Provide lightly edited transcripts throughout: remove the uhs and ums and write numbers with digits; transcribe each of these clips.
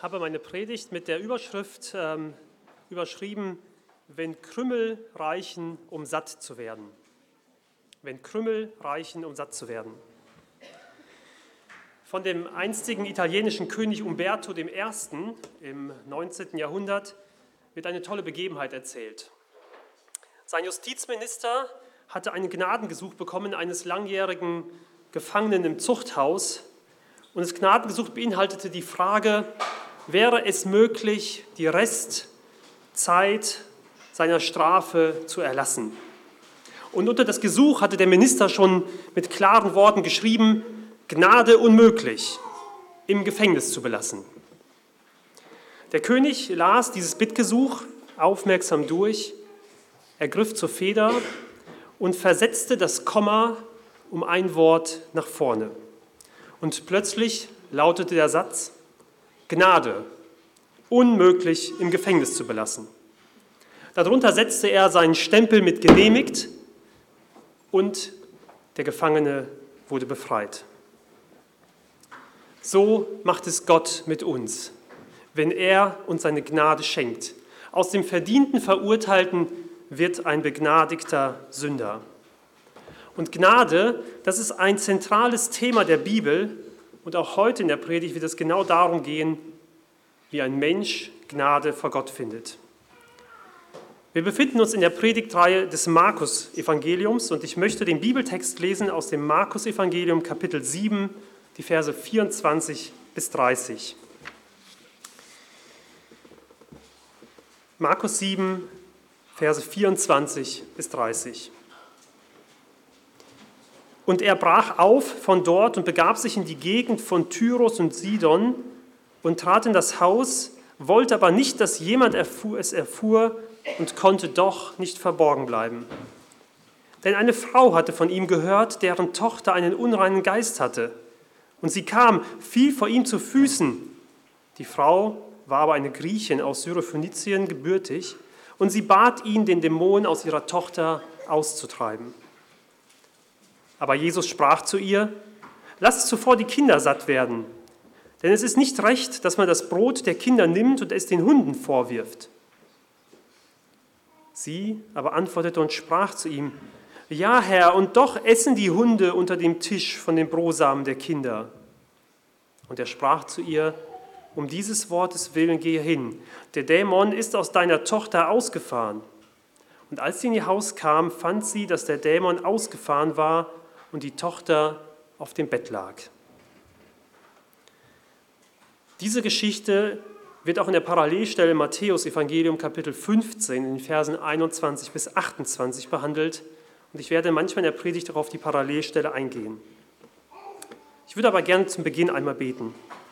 habe meine Predigt mit der Überschrift überschrieben, wenn Krümel reichen, um satt zu werden. Wenn Krümel reichen, um satt zu werden. Von dem einstigen italienischen König Umberto I. im 19. Jahrhundert wird eine tolle Begebenheit erzählt. Sein Justizminister hatte ein Gnadengesuch bekommen eines langjährigen Gefangenen im Zuchthaus. Und das Gnadengesuch beinhaltete die Frage, wäre es möglich, die Restzeit seiner Strafe zu erlassen? Und unter das Gesuch hatte der Minister schon mit klaren Worten geschrieben, Gnade unmöglich, im Gefängnis zu belassen. Der König las dieses Bittgesuch aufmerksam durch, ergriff zur Feder und versetzte das Komma um ein Wort nach vorne. Und plötzlich lautete der Satz, Gnade, unmöglich im Gefängnis zu belassen. Darunter setzte er seinen Stempel mit genehmigt und der Gefangene wurde befreit. So macht es Gott mit uns, wenn er uns seine Gnade schenkt. Aus dem verdienten Verurteilten wird ein begnadigter Sünder. Und Gnade, das ist ein zentrales Thema der Bibel und auch heute in der Predigt wird es genau darum gehen, wie ein Mensch Gnade vor Gott findet. Wir befinden uns in der Predigtreihe des Markus-Evangeliums und ich möchte den Bibeltext lesen aus dem Markus-Evangelium Kapitel 7, die Verse 24 bis 30. Markus 7, Verse 24 bis 30. Und er brach auf von dort und begab sich in die Gegend von Tyrus und Sidon und trat in das Haus, wollte aber nicht, dass jemand es erfuhr und konnte doch nicht verborgen bleiben. Denn eine Frau hatte von ihm gehört, deren Tochter einen unreinen Geist hatte. Und sie kam, fiel vor ihm zu Füßen. Die Frau war aber eine Griechin aus Syrophönizien gebürtig und sie bat ihn, den Dämon aus ihrer Tochter auszutreiben. Aber Jesus sprach zu ihr, lasst zuvor die Kinder satt werden, denn es ist nicht recht, dass man das Brot der Kinder nimmt und es den Hunden vorwirft. Sie aber antwortete und sprach zu ihm, ja, Herr, und doch essen die Hunde unter dem Tisch von den Brosamen der Kinder. Und er sprach zu ihr, um dieses Wortes willen gehe hin, der Dämon ist aus deiner Tochter ausgefahren. Und als sie in ihr Haus kam, fand sie, dass der Dämon ausgefahren war und die Tochter auf dem Bett lag. Diese Geschichte wird auch in der Parallelstelle im Matthäus-Evangelium Kapitel 15 in den Versen 21 bis 28 behandelt. Und ich werde manchmal in der Predigt darauf die Parallelstelle eingehen. Ich würde aber gerne zum Beginn einmal beten.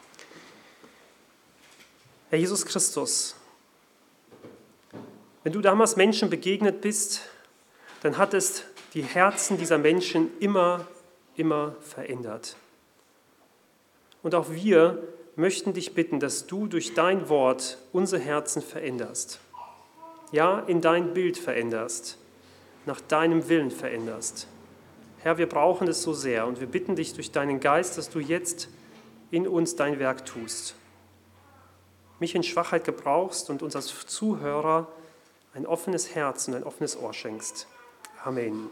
Herr Jesus Christus, wenn du damals Menschen begegnet bist, dann hat es die Herzen dieser Menschen immer verändert. Und auch wir möchten dich bitten, dass du durch dein Wort unsere Herzen veränderst. Ja, in dein Bild veränderst, nach deinem Willen veränderst. Herr, wir brauchen es so sehr und wir bitten dich durch deinen Geist, dass du jetzt in uns dein Werk tust. Mich in Schwachheit gebrauchst und uns als Zuhörer ein offenes Herz und ein offenes Ohr schenkst. Amen.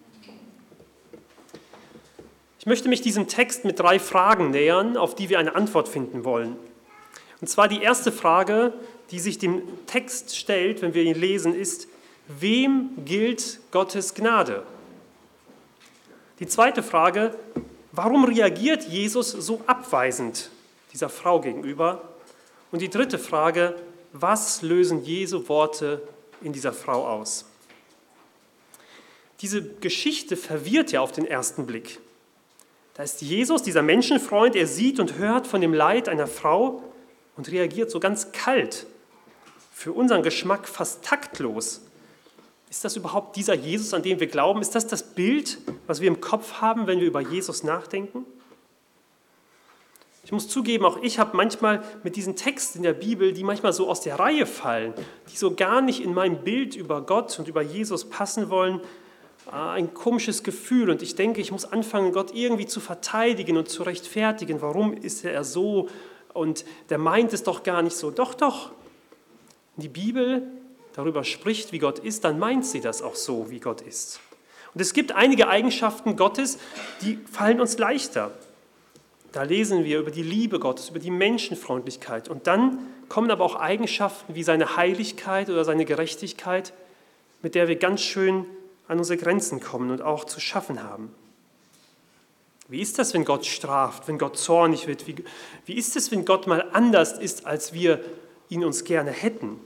Ich möchte mich diesem Text mit 3 Fragen nähern, auf die wir eine Antwort finden wollen. Und zwar die erste Frage, die sich dem Text stellt, wenn wir ihn lesen, ist, wem gilt Gottes Gnade? Die zweite Frage, warum reagiert Jesus so abweisend dieser Frau gegenüber? Und die dritte Frage, was lösen Jesu Worte in dieser Frau aus? Diese Geschichte verwirrt ja auf den ersten Blick. Da ist Jesus, dieser Menschenfreund, er sieht und hört von dem Leid einer Frau und reagiert so ganz kalt, für unseren Geschmack fast taktlos. Ist das überhaupt dieser Jesus, an den wir glauben? Ist das das Bild, was wir im Kopf haben, wenn wir über Jesus nachdenken? Ich muss zugeben, auch ich habe manchmal mit diesen Texten in der Bibel, die manchmal so aus der Reihe fallen, die so gar nicht in mein Bild über Gott und über Jesus passen wollen, ein komisches Gefühl und ich denke, ich muss anfangen, Gott irgendwie zu verteidigen und zu rechtfertigen. Warum ist er so und der meint es doch gar nicht so. Doch, doch. Wenn die Bibel darüber spricht, wie Gott ist, dann meint sie das auch so, wie Gott ist. Und es gibt einige Eigenschaften Gottes, die fallen uns leichter. Da lesen wir über die Liebe Gottes, über die Menschenfreundlichkeit. Und dann kommen aber auch Eigenschaften wie seine Heiligkeit oder seine Gerechtigkeit, mit der wir ganz schön an unsere Grenzen kommen und auch zu schaffen haben. Wie ist das, wenn Gott straft, wenn Gott zornig wird? Wie ist es, wenn Gott mal anders ist, als wir ihn uns gerne hätten?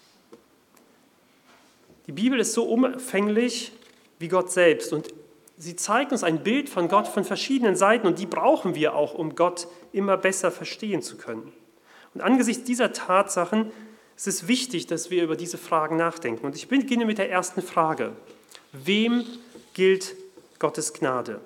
Die Bibel ist so umfänglich wie Gott selbst und sie zeigt uns ein Bild von Gott von verschiedenen Seiten und die brauchen wir auch, um Gott immer besser verstehen zu können. Und angesichts dieser Tatsachen ist es wichtig, dass wir über diese Fragen nachdenken. Und ich beginne mit der ersten Frage. Wem gilt Gottes Gnade?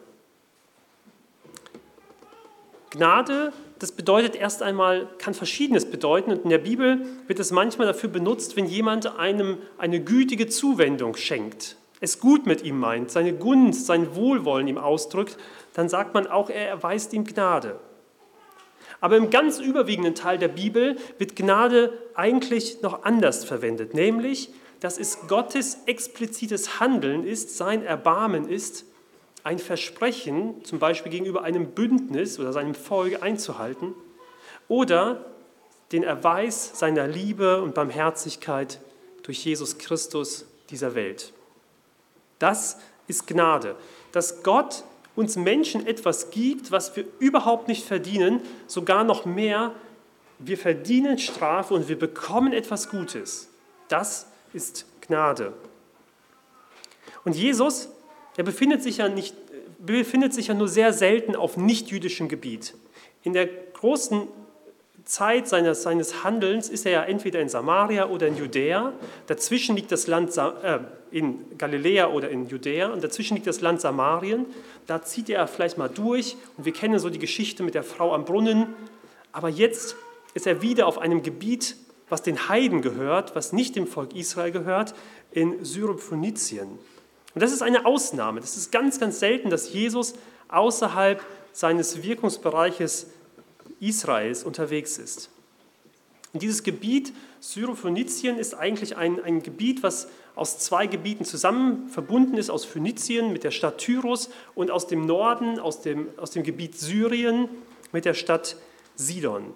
Gnade, das bedeutet erst einmal, kann Verschiedenes bedeuten. Und in der Bibel wird es manchmal dafür benutzt, wenn jemand einem eine gütige Zuwendung schenkt, es gut mit ihm meint, seine Gunst, sein Wohlwollen ihm ausdrückt, dann sagt man auch, er erweist ihm Gnade. Aber im ganz überwiegenden Teil der Bibel wird Gnade eigentlich noch anders verwendet, nämlich, dass es Gottes explizites Handeln ist, sein Erbarmen ist, ein Versprechen, zum Beispiel gegenüber einem Bündnis oder seinem Volk einzuhalten, oder den Erweis seiner Liebe und Barmherzigkeit durch Jesus Christus dieser Welt. Das ist Gnade, dass Gott uns Menschen etwas gibt, was wir überhaupt nicht verdienen, sogar noch mehr. Wir verdienen Strafe und wir bekommen etwas Gutes. Das ist Gnade. Und Jesus, er befindet sich ja nur sehr selten auf nichtjüdischem Gebiet. In der großen Zeit seines Handelns ist er ja entweder in Samaria oder in Judäa. Dazwischen liegt das Land in Galiläa oder in Judäa und dazwischen liegt das Land Samarien. Da zieht er vielleicht mal durch und wir kennen so die Geschichte mit der Frau am Brunnen. Aber jetzt ist er wieder auf einem Gebiet, was den Heiden gehört, was nicht dem Volk Israel gehört, in Syrophönizien. Und das ist eine Ausnahme. Das ist ganz, ganz selten, dass Jesus außerhalb seines Wirkungsbereiches Israels unterwegs ist. Und dieses Gebiet Syrophönizien ist eigentlich ein Gebiet, was aus zwei Gebieten zusammen verbunden ist, aus Phönizien mit der Stadt Tyrus und aus dem Norden, aus dem Gebiet Syrien mit der Stadt Sidon.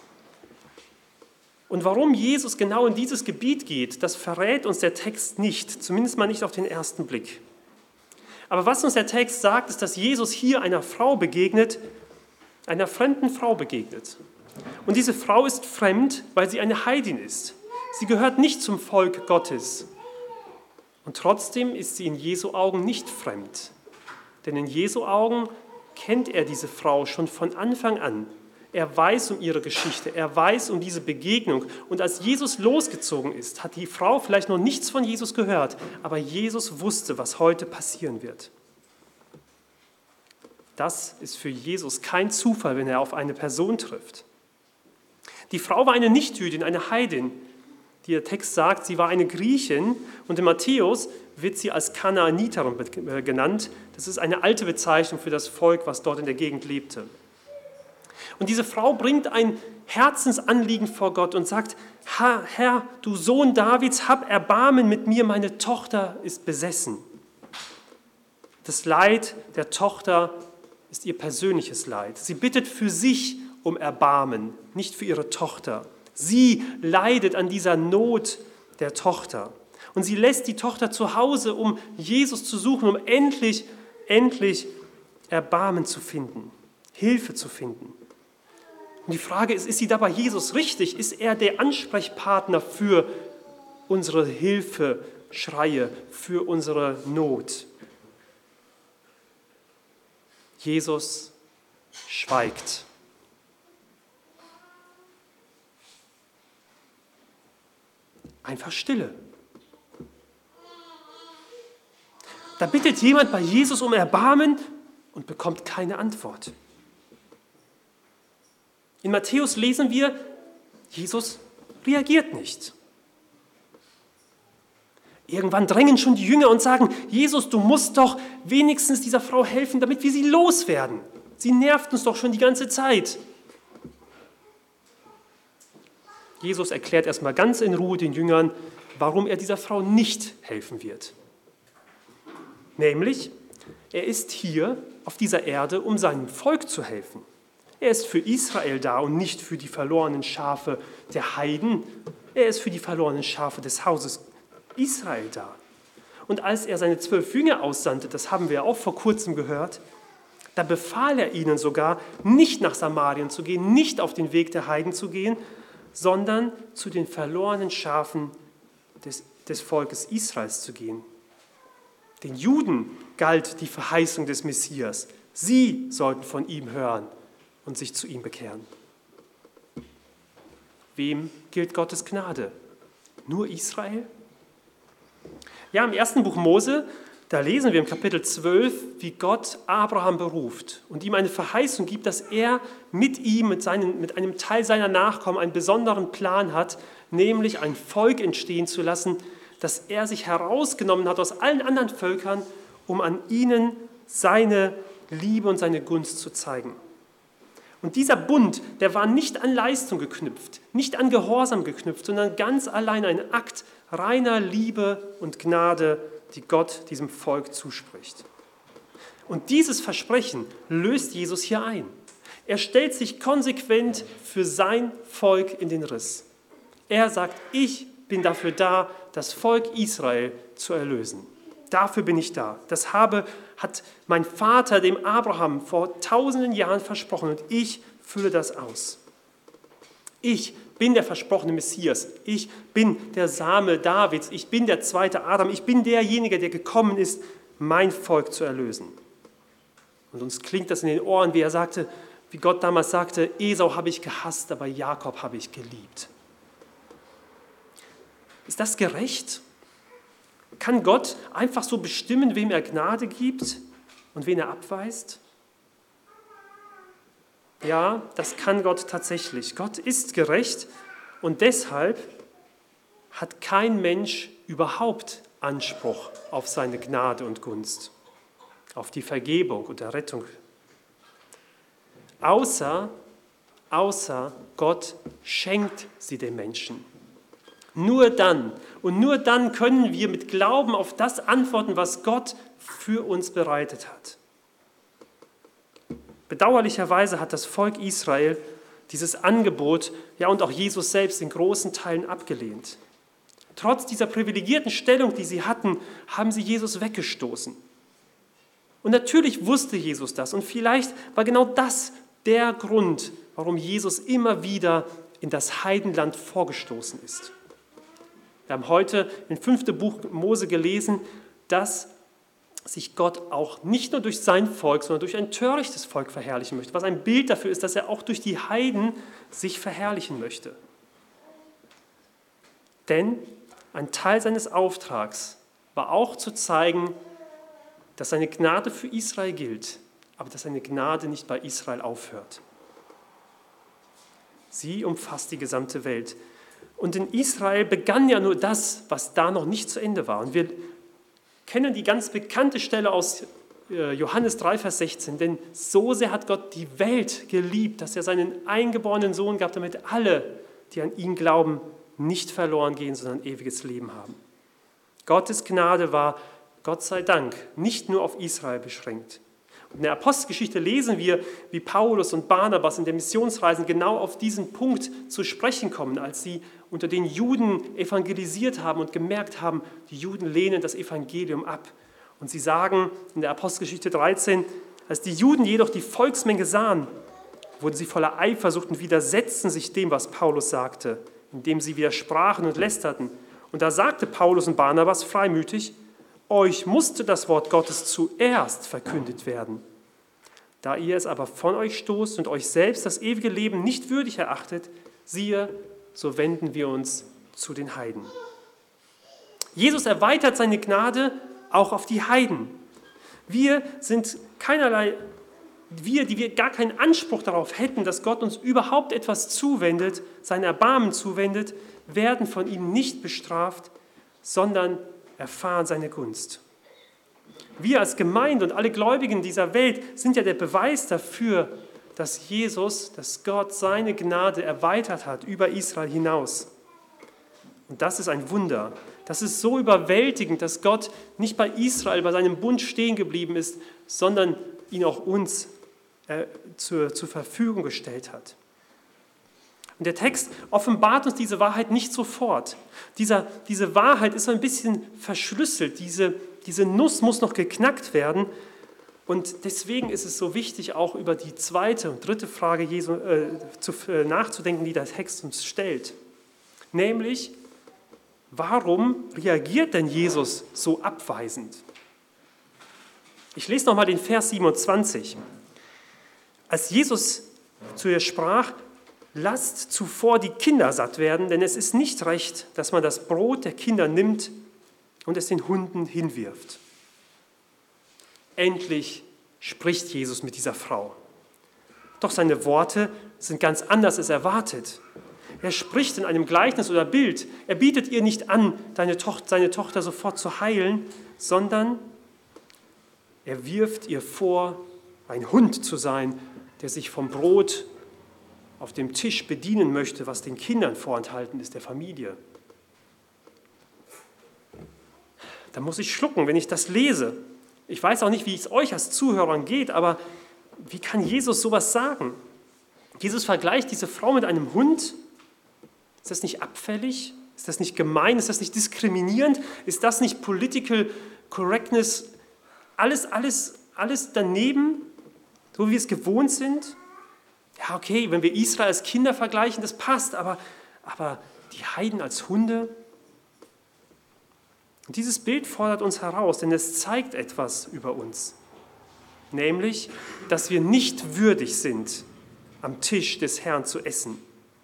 Und warum Jesus genau in dieses Gebiet geht, das verrät uns der Text nicht, zumindest mal nicht auf den ersten Blick. Aber was uns der Text sagt, ist, dass Jesus hier einer Frau begegnet, einer fremden Frau begegnet. Und diese Frau ist fremd, weil sie eine Heidin ist. Sie gehört nicht zum Volk Gottes. Und trotzdem ist sie in Jesu Augen nicht fremd. Denn in Jesu Augen kennt er diese Frau schon von Anfang an. Er weiß um ihre Geschichte, er weiß um diese Begegnung. Und als Jesus losgezogen ist, hat die Frau vielleicht noch nichts von Jesus gehört, aber Jesus wusste, was heute passieren wird. Das ist für Jesus kein Zufall, wenn er auf eine Person trifft. Die Frau war eine Nichtjüdin, eine Heidin. Der Text sagt, sie war eine Griechin und in Matthäus wird sie als Kanaaniterin genannt. Das ist eine alte Bezeichnung für das Volk, was dort in der Gegend lebte. Und diese Frau bringt ein Herzensanliegen vor Gott und sagt, Herr, du Sohn Davids, hab Erbarmen mit mir, meine Tochter ist besessen. Das Leid der Tochter ist ihr persönliches Leid. Sie bittet für sich um Erbarmen, nicht für ihre Tochter. Sie leidet an dieser Not der Tochter. Und sie lässt die Tochter zu Hause, um Jesus zu suchen, um endlich Erbarmen zu finden, Hilfe zu finden. Und die Frage ist sie da bei Jesus richtig? Ist er der Ansprechpartner für unsere Hilfeschreie, für unsere Not? Jesus schweigt. Einfach Stille. Da bittet jemand bei Jesus um Erbarmen und bekommt keine Antwort. In Matthäus lesen wir, Jesus reagiert nicht. Irgendwann drängen schon die Jünger und sagen, Jesus, du musst doch wenigstens dieser Frau helfen, damit wir sie loswerden. Sie nervt uns doch schon die ganze Zeit. Jesus erklärt erstmal ganz in Ruhe den Jüngern, warum er dieser Frau nicht helfen wird. Nämlich, er ist hier auf dieser Erde, um seinem Volk zu helfen. Er ist für Israel da und nicht für die verlorenen Schafe der Heiden. Er ist für die verlorenen Schafe des Hauses Israel da. Und als er seine 12 Jünger aussandte, das haben wir auch vor kurzem gehört, da befahl er ihnen sogar, nicht nach Samarien zu gehen, nicht auf den Weg der Heiden zu gehen, sondern zu den verlorenen Schafen des Volkes Israels zu gehen. Den Juden galt die Verheißung des Messias. Sie sollten von ihm hören und sich zu ihm bekehren. Wem gilt Gottes Gnade? Nur Israel? Ja, im ersten Buch Mose, da lesen wir im Kapitel 12, wie Gott Abraham beruft und ihm eine Verheißung gibt, dass er mit ihm, mit einem Teil seiner Nachkommen einen besonderen Plan hat, nämlich ein Volk entstehen zu lassen, das er sich herausgenommen hat aus allen anderen Völkern, um an ihnen seine Liebe und seine Gunst zu zeigen. Und dieser Bund, der war nicht an Leistung geknüpft, nicht an Gehorsam geknüpft, sondern ganz allein ein Akt reiner Liebe und Gnade, die Gott diesem Volk zuspricht. Und dieses Versprechen löst Jesus hier ein. Er stellt sich konsequent für sein Volk in den Riss. Er sagt, ich bin dafür da, das Volk Israel zu erlösen. Dafür bin ich da. Das hat mein Vater dem Abraham vor tausenden Jahren versprochen und ich fülle das aus. Ich bin der versprochene Messias. Ich bin der Same Davids. Ich bin der zweite Adam. Ich bin derjenige, der gekommen ist, mein Volk zu erlösen. Und uns klingt das in den Ohren, wie Gott damals sagte, Esau habe ich gehasst, aber Jakob habe ich geliebt. Ist das gerecht? Kann Gott einfach so bestimmen, wem er Gnade gibt und wen er abweist? Ja, das kann Gott tatsächlich. Gott ist gerecht und deshalb hat kein Mensch überhaupt Anspruch auf seine Gnade und Gunst, auf die Vergebung und Errettung. Außer Gott schenkt sie dem Menschen. Nur dann können wir mit Glauben auf das antworten, was Gott für uns bereitet hat. Bedauerlicherweise hat das Volk Israel dieses Angebot, ja und auch Jesus selbst in großen Teilen abgelehnt. Trotz dieser privilegierten Stellung, die sie hatten, haben sie Jesus weggestoßen. Und natürlich wusste Jesus das und vielleicht war genau das der Grund, warum Jesus immer wieder in das Heidenland vorgestoßen ist. Wir haben heute im 5. Buch Mose gelesen, dass sich Gott auch nicht nur durch sein Volk, sondern durch ein törichtes Volk verherrlichen möchte, was ein Bild dafür ist, dass er auch durch die Heiden sich verherrlichen möchte. Denn ein Teil seines Auftrags war auch zu zeigen, dass seine Gnade für Israel gilt, aber dass seine Gnade nicht bei Israel aufhört. Sie umfasst die gesamte Welt. Und in Israel begann ja nur das, was da noch nicht zu Ende war. Und wir kennen die ganz bekannte Stelle aus Johannes 3, Vers 16. Denn so sehr hat Gott die Welt geliebt, dass er seinen eingeborenen Sohn gab, damit alle, die an ihn glauben, nicht verloren gehen, sondern ewiges Leben haben. Gottes Gnade war, Gott sei Dank, nicht nur auf Israel beschränkt. In der Apostelgeschichte lesen wir, wie Paulus und Barnabas in der Missionsreisen genau auf diesen Punkt zu sprechen kommen, als sie unter den Juden evangelisiert haben und gemerkt haben, die Juden lehnen das Evangelium ab. Und sie sagen in der Apostelgeschichte 13, als die Juden jedoch die Volksmenge sahen, wurden sie voller Eifersucht und widersetzten sich dem, was Paulus sagte, indem sie widersprachen und lästerten. Und da sagte Paulus und Barnabas freimütig, euch musste das Wort Gottes zuerst verkündet werden. Da ihr es aber von euch stoßt und euch selbst das ewige Leben nicht würdig erachtet, siehe, so wenden wir uns zu den Heiden. Jesus erweitert seine Gnade auch auf die Heiden. Wir, die wir gar keinen Anspruch darauf hätten, dass Gott uns überhaupt etwas zuwendet, sein Erbarmen zuwendet, werden von ihm nicht bestraft, sondern erfahren seine Gunst. Wir als Gemeinde und alle Gläubigen dieser Welt sind ja der Beweis dafür, dass Gott seine Gnade erweitert hat über Israel hinaus. Und das ist ein Wunder. Das ist so überwältigend, dass Gott nicht bei Israel, bei seinem Bund stehen geblieben ist, sondern ihn auch uns zur Verfügung gestellt hat. Und der Text offenbart uns diese Wahrheit nicht sofort. Diese Wahrheit ist so ein bisschen verschlüsselt. Diese Nuss muss noch geknackt werden. Und deswegen ist es so wichtig, auch über die zweite und dritte Frage Jesu nachzudenken, die der Text uns stellt. Nämlich, warum reagiert denn Jesus so abweisend? Ich lese nochmal den Vers 27. Als Jesus zu ihr sprach, lasst zuvor die Kinder satt werden, denn es ist nicht recht, dass man das Brot der Kinder nimmt und es den Hunden hinwirft. Endlich spricht Jesus mit dieser Frau. Doch seine Worte sind ganz anders als erwartet. Er spricht in einem Gleichnis oder Bild. Er bietet ihr nicht an, seine Tochter sofort zu heilen, sondern er wirft ihr vor, ein Hund zu sein, der sich vom Brot auf dem Tisch bedienen möchte, was den Kindern vorenthalten ist, der Familie. Da muss ich schlucken, wenn ich das lese. Ich weiß auch nicht, wie es euch als Zuhörern geht, aber wie kann Jesus sowas sagen? Jesus vergleicht diese Frau mit einem Hund. Ist das nicht abfällig? Ist das nicht gemein? Ist das nicht diskriminierend? Ist das nicht Political Correctness? Alles daneben, so wie wir es gewohnt sind? Ja, okay, wenn wir Israel als Kinder vergleichen, das passt, aber die Heiden als Hunde? Und dieses Bild fordert uns heraus, denn es zeigt etwas über uns, nämlich, dass wir nicht würdig sind, am Tisch des Herrn zu essen.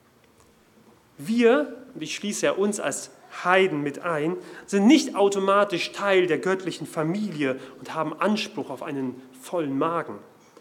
Wir, und ich schließe ja uns als Heiden mit ein, sind nicht automatisch Teil der göttlichen Familie und haben Anspruch auf einen vollen Magen.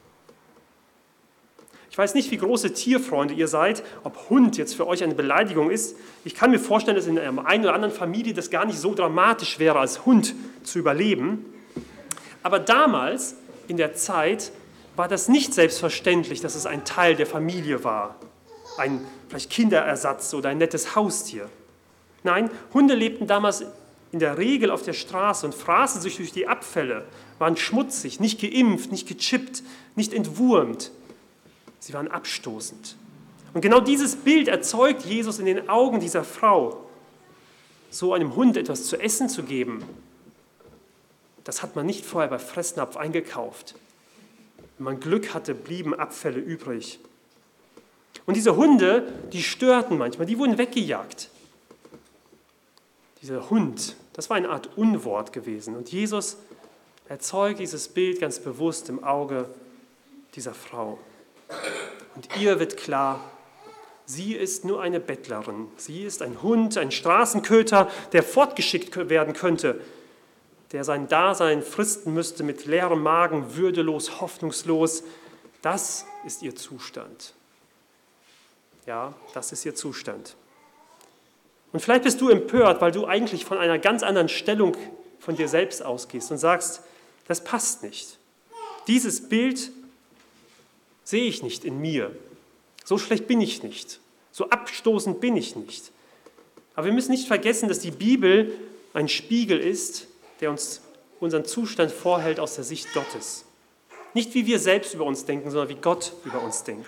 Ich weiß nicht, wie große Tierfreunde ihr seid, ob Hund jetzt für euch eine Beleidigung ist. Ich kann mir vorstellen, dass in einer einen oder anderen Familie das gar nicht so dramatisch wäre, als Hund zu überleben. Aber damals, in der Zeit, war das nicht selbstverständlich, dass es ein Teil der Familie war. Ein vielleicht Kinderersatz oder ein nettes Haustier. Nein, Hunde lebten damals in der Regel auf der Straße und fraßen sich durch die Abfälle, waren schmutzig, nicht geimpft, nicht gechippt, nicht entwurmt. Sie waren abstoßend. Und genau dieses Bild erzeugt Jesus in den Augen dieser Frau. So einem Hund etwas zu essen zu geben, das hat man nicht vorher bei Fressnapf eingekauft. Wenn man Glück hatte, blieben Abfälle übrig. Und diese Hunde, die störten manchmal, die wurden weggejagt. Dieser Hund, das war eine Art Unwort gewesen. Und Jesus erzeugt dieses Bild ganz bewusst im Auge dieser Frau. Und ihr wird klar, sie ist nur eine Bettlerin. Sie ist ein Hund, ein Straßenköter, der fortgeschickt werden könnte, der sein Dasein fristen müsste mit leerem Magen, würdelos, hoffnungslos. Das ist ihr Zustand. Ja, das ist ihr Zustand. Und vielleicht bist du empört, weil du eigentlich von einer ganz anderen Stellung von dir selbst ausgehst und sagst, das passt nicht. Dieses Bild sehe ich nicht in mir. So schlecht bin ich nicht. So abstoßend bin ich nicht. Aber wir müssen nicht vergessen, dass die Bibel ein Spiegel ist, der uns unseren Zustand vorhält aus der Sicht Gottes. Nicht wie wir selbst über uns denken, sondern wie Gott über uns denkt.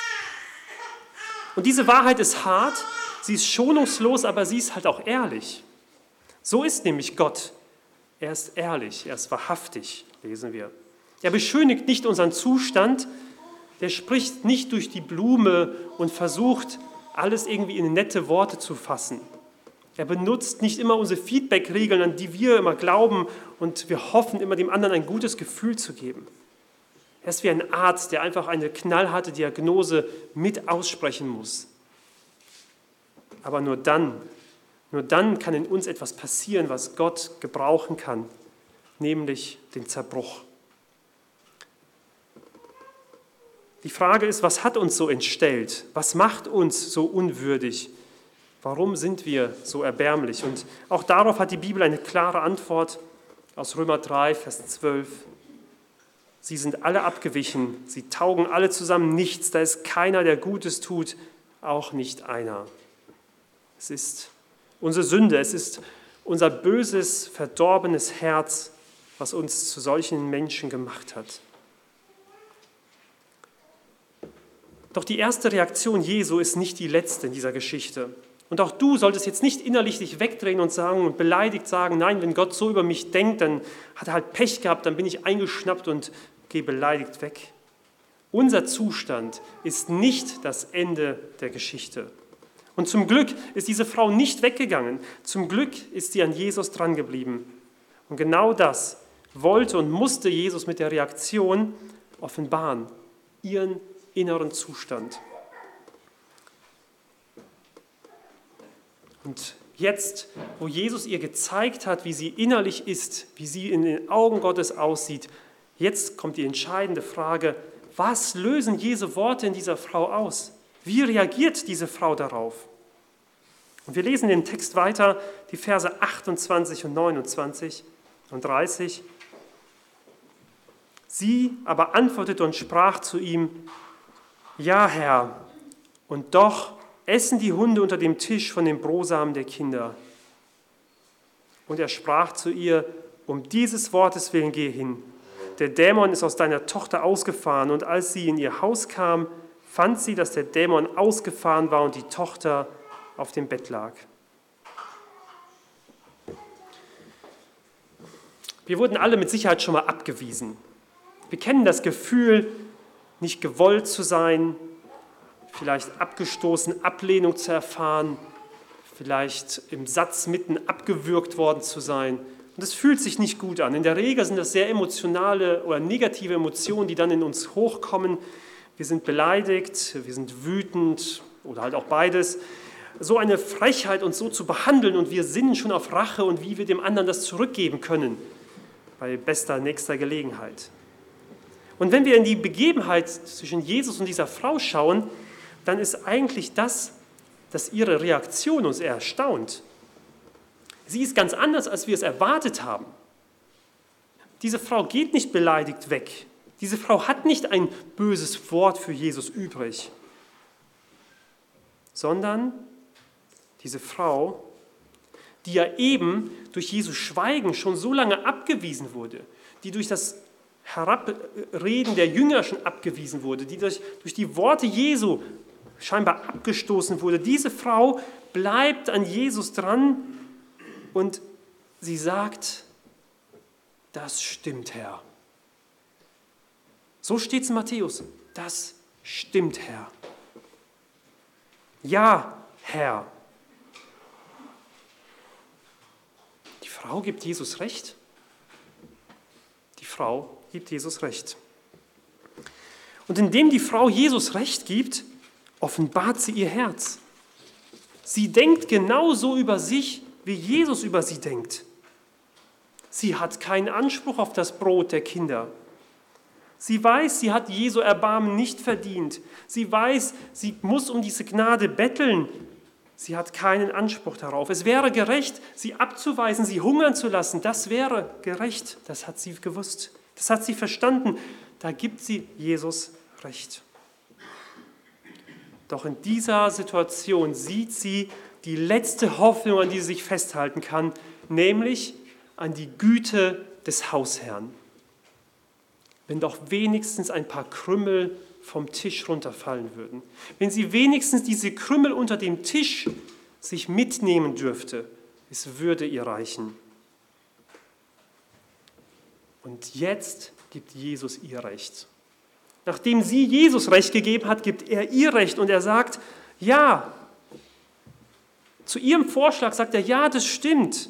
Und diese Wahrheit ist hart, sie ist schonungslos, aber sie ist halt auch ehrlich. So ist nämlich Gott. Er ist ehrlich, er ist wahrhaftig, lesen wir. Er beschönigt nicht unseren Zustand, der spricht nicht durch die Blume und versucht, alles irgendwie in nette Worte zu fassen. Er benutzt nicht immer unsere Feedback-Regeln, an die wir immer glauben und wir hoffen, immer dem anderen ein gutes Gefühl zu geben. Er ist wie ein Arzt, der einfach eine knallharte Diagnose mit aussprechen muss. Aber nur dann kann in uns etwas passieren, was Gott gebrauchen kann, nämlich den Zerbruch. Die Frage ist, was hat uns so entstellt? Was macht uns so unwürdig? Warum sind wir so erbärmlich? Und auch darauf hat die Bibel eine klare Antwort aus Römer 3, Vers 12. Sie sind alle abgewichen, sie taugen alle zusammen nichts, da ist keiner, der Gutes tut, auch nicht einer. Es ist unsere Sünde, es ist unser böses, verdorbenes Herz, was uns zu solchen Menschen gemacht hat. Doch die erste Reaktion Jesu ist nicht die letzte in dieser Geschichte. Und auch du solltest jetzt nicht innerlich dich wegdrehen und sagen und beleidigt sagen, nein, wenn Gott so über mich denkt, dann hat er halt Pech gehabt, dann bin ich eingeschnappt und gehe beleidigt weg. Unser Zustand ist nicht das Ende der Geschichte. Und zum Glück ist diese Frau nicht weggegangen. Zum Glück ist sie an Jesus drangeblieben. Und genau das wollte und musste Jesus mit der Reaktion offenbaren, ihren inneren Zustand. Und jetzt, wo Jesus ihr gezeigt hat, wie sie innerlich ist, wie sie in den Augen Gottes aussieht, jetzt kommt die entscheidende Frage, was lösen Jesu Worte in dieser Frau aus? Wie reagiert diese Frau darauf? Und wir lesen den Text weiter, die Verse 28 und 29 und 30. Sie aber antwortete und sprach zu ihm, ja, Herr, und doch essen die Hunde unter dem Tisch von den Brosamen der Kinder. Und er sprach zu ihr, um dieses Wortes willen geh hin. Der Dämon ist aus deiner Tochter ausgefahren. Und als sie in ihr Haus kam, fand sie, dass der Dämon ausgefahren war und die Tochter auf dem Bett lag. Wir wurden alle mit Sicherheit schon mal abgewiesen. Wir kennen das Gefühl, nicht gewollt zu sein, vielleicht abgestoßen, Ablehnung zu erfahren, vielleicht im Satz mitten abgewürgt worden zu sein. Und das fühlt sich nicht gut an. In der Regel sind das sehr emotionale oder negative Emotionen, die dann in uns hochkommen. Wir sind beleidigt, wir sind wütend oder halt auch beides. So eine Frechheit, uns so zu behandeln und wir sinnen schon auf Rache und wie wir dem anderen das zurückgeben können, bei bester nächster Gelegenheit. Und wenn wir in die Begebenheit zwischen Jesus und dieser Frau schauen, dann ist eigentlich das, dass ihre Reaktion uns erstaunt. Sie ist ganz anders, als wir es erwartet haben. Diese Frau geht nicht beleidigt weg. Diese Frau hat nicht ein böses Wort für Jesus übrig, sondern diese Frau, die ja eben durch Jesu Schweigen schon so lange abgewiesen wurde, die durch das Herabreden der Jünger schon abgewiesen wurde, die durch die Worte Jesu scheinbar abgestoßen wurde, diese Frau bleibt an Jesus dran und sie sagt, das stimmt, Herr. So steht es in Matthäus, das stimmt, Herr. Ja, Herr. Die Frau gibt Jesus recht. Die Frau gibt Jesus recht. Und indem die Frau Jesus recht gibt, offenbart sie ihr Herz. Sie denkt genauso über sich, wie Jesus über sie denkt. Sie hat keinen Anspruch auf das Brot der Kinder. Sie weiß, sie hat Jesu Erbarmen nicht verdient. Sie weiß, sie muss um diese Gnade betteln. Sie hat keinen Anspruch darauf. Es wäre gerecht, sie abzuweisen, sie hungern zu lassen. Das wäre gerecht. Das hat sie gewusst. Das hat sie verstanden. Da gibt sie Jesus recht. Doch in dieser Situation sieht sie die letzte Hoffnung, an die sie sich festhalten kann, nämlich an die Güte des Hausherrn. Wenn doch wenigstens ein paar Krümel vom Tisch runterfallen würden. Wenn sie wenigstens diese Krümel unter dem Tisch sich mitnehmen dürfte, es würde ihr reichen. Und jetzt gibt Jesus ihr Recht. Nachdem sie Jesus Recht gegeben hat, gibt er ihr Recht und er sagt, ja. Zu ihrem Vorschlag sagt er, ja, das stimmt.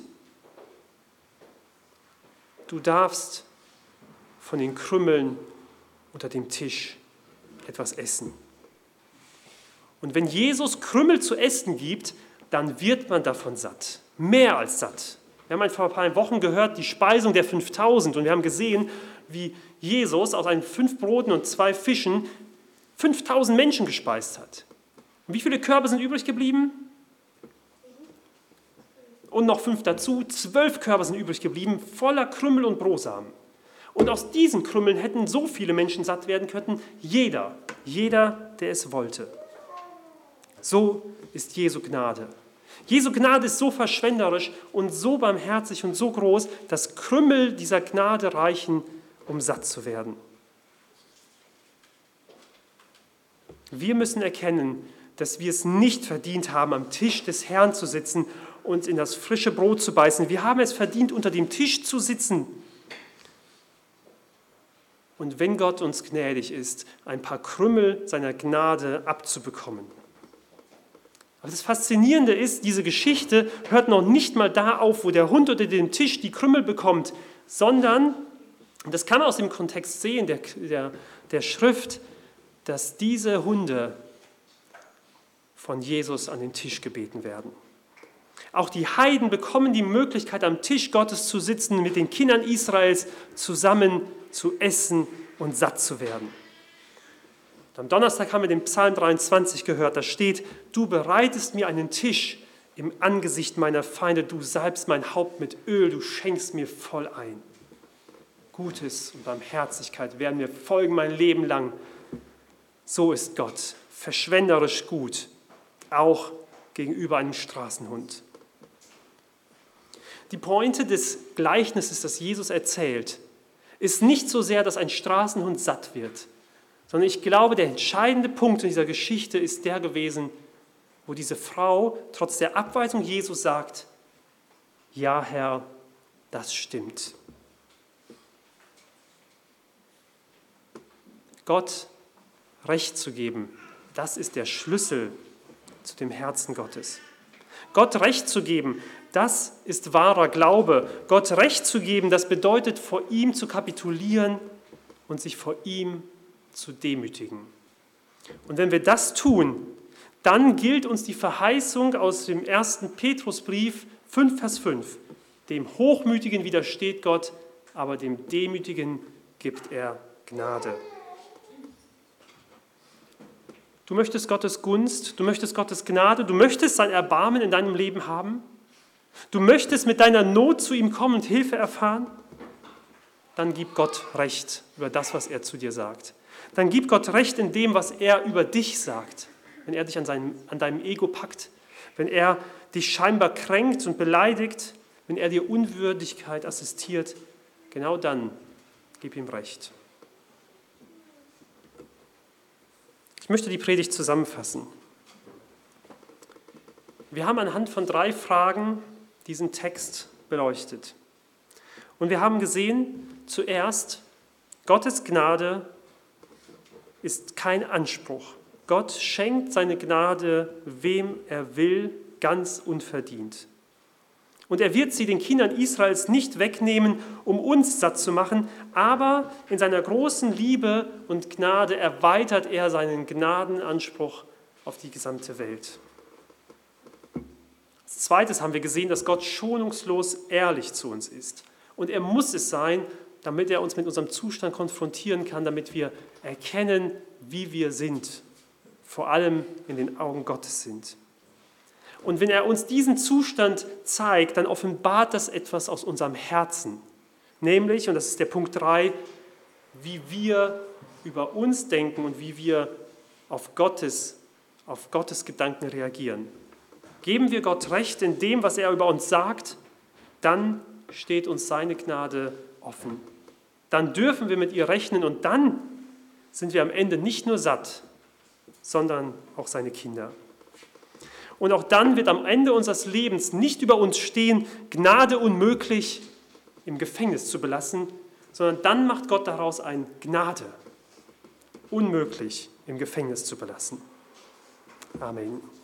Du darfst von den Krümmeln unter dem Tisch etwas essen. Und wenn Jesus Krümel zu essen gibt, dann wird man davon satt. Mehr als satt. Wir haben vor ein paar Wochen gehört, die Speisung der 5000 und wir haben gesehen, wie Jesus aus einen 5 Broten und 2 Fischen 5000 Menschen gespeist hat. Und wie viele Körbe sind übrig geblieben? Und noch 5 dazu, 12 Körbe sind übrig geblieben, voller Krümel und Brosamen. Und aus diesen Krümmeln hätten so viele Menschen satt werden können, jeder, der es wollte. So ist Jesu Gnade. Jesu Gnade ist so verschwenderisch und so barmherzig und so groß, dass Krümel dieser Gnade reichen, um satt zu werden. Wir müssen erkennen, dass wir es nicht verdient haben, am Tisch des Herrn zu sitzen und in das frische Brot zu beißen. Wir haben es verdient, unter dem Tisch zu sitzen. Und wenn Gott uns gnädig ist, ein paar Krümel seiner Gnade abzubekommen. Aber das Faszinierende ist, diese Geschichte hört noch nicht mal da auf, wo der Hund unter dem Tisch die Krümel bekommt, sondern, und das kann man aus dem Kontext sehen, der Schrift, dass diese Hunde von Jesus an den Tisch gebeten werden. Auch die Heiden bekommen die Möglichkeit, am Tisch Gottes zu sitzen, mit den Kindern Israels zusammen zu essen und satt zu werden. Am Donnerstag haben wir den Psalm 23 gehört, da steht, du bereitest mir einen Tisch im Angesicht meiner Feinde, du salbst mein Haupt mit Öl, du schenkst mir voll ein. Gutes und Barmherzigkeit werden mir folgen mein Leben lang. So ist Gott, verschwenderisch gut, auch gegenüber einem Straßenhund. Die Pointe des Gleichnisses, das Jesus erzählt, ist nicht so sehr, dass ein Straßenhund satt wird, sondern ich glaube, der entscheidende Punkt in dieser Geschichte ist der gewesen, wo diese Frau trotz der Abweisung Jesu sagt, ja Herr, das stimmt. Gott Recht zu geben, das ist der Schlüssel zu dem Herzen Gottes. Gott Recht zu geben, das ist wahrer Glaube. Gott Recht zu geben, das bedeutet, vor ihm zu kapitulieren und sich vor ihm zu demütigen. Und wenn wir das tun, dann gilt uns die Verheißung aus dem 1. Petrusbrief 5, Vers 5. Dem Hochmütigen widersteht Gott, aber dem Demütigen gibt er Gnade. Du möchtest Gottes Gunst, du möchtest Gottes Gnade, du möchtest sein Erbarmen in deinem Leben haben, du möchtest mit deiner Not zu ihm kommen und Hilfe erfahren, dann gib Gott Recht über das, was er zu dir sagt. Dann gib Gott Recht in dem, was er über dich sagt, wenn er dich an deinem Ego packt, wenn er dich scheinbar kränkt und beleidigt, wenn er dir Unwürdigkeit assistiert, genau dann gib ihm Recht. Ich möchte die Predigt zusammenfassen. Wir haben anhand von 3 Fragen diesen Text beleuchtet. Und wir haben gesehen, zuerst, Gottes Gnade ist kein Anspruch. Gott schenkt seine Gnade, wem er will, ganz unverdient. Und er wird sie den Kindern Israels nicht wegnehmen, um uns satt zu machen, aber in seiner großen Liebe und Gnade erweitert er seinen Gnadenanspruch auf die gesamte Welt. Als Zweites haben wir gesehen, dass Gott schonungslos ehrlich zu uns ist. Und er muss es sein, damit er uns mit unserem Zustand konfrontieren kann, damit wir erkennen, wie wir sind, vor allem in den Augen Gottes sind. Und wenn er uns diesen Zustand zeigt, dann offenbart das etwas aus unserem Herzen. Nämlich, und das ist der Punkt 3, wie wir über uns denken und wie wir auf Gottes Gedanken reagieren. Geben wir Gott Recht in dem, was er über uns sagt, dann steht uns seine Gnade offen. Dann dürfen wir mit ihr rechnen und dann sind wir am Ende nicht nur satt, sondern auch seine Kinder. Und auch dann wird am Ende unseres Lebens nicht über uns stehen, Gnade unmöglich im Gefängnis zu belassen, sondern dann macht Gott daraus ein Gnade, unmöglich im Gefängnis zu belassen. Amen.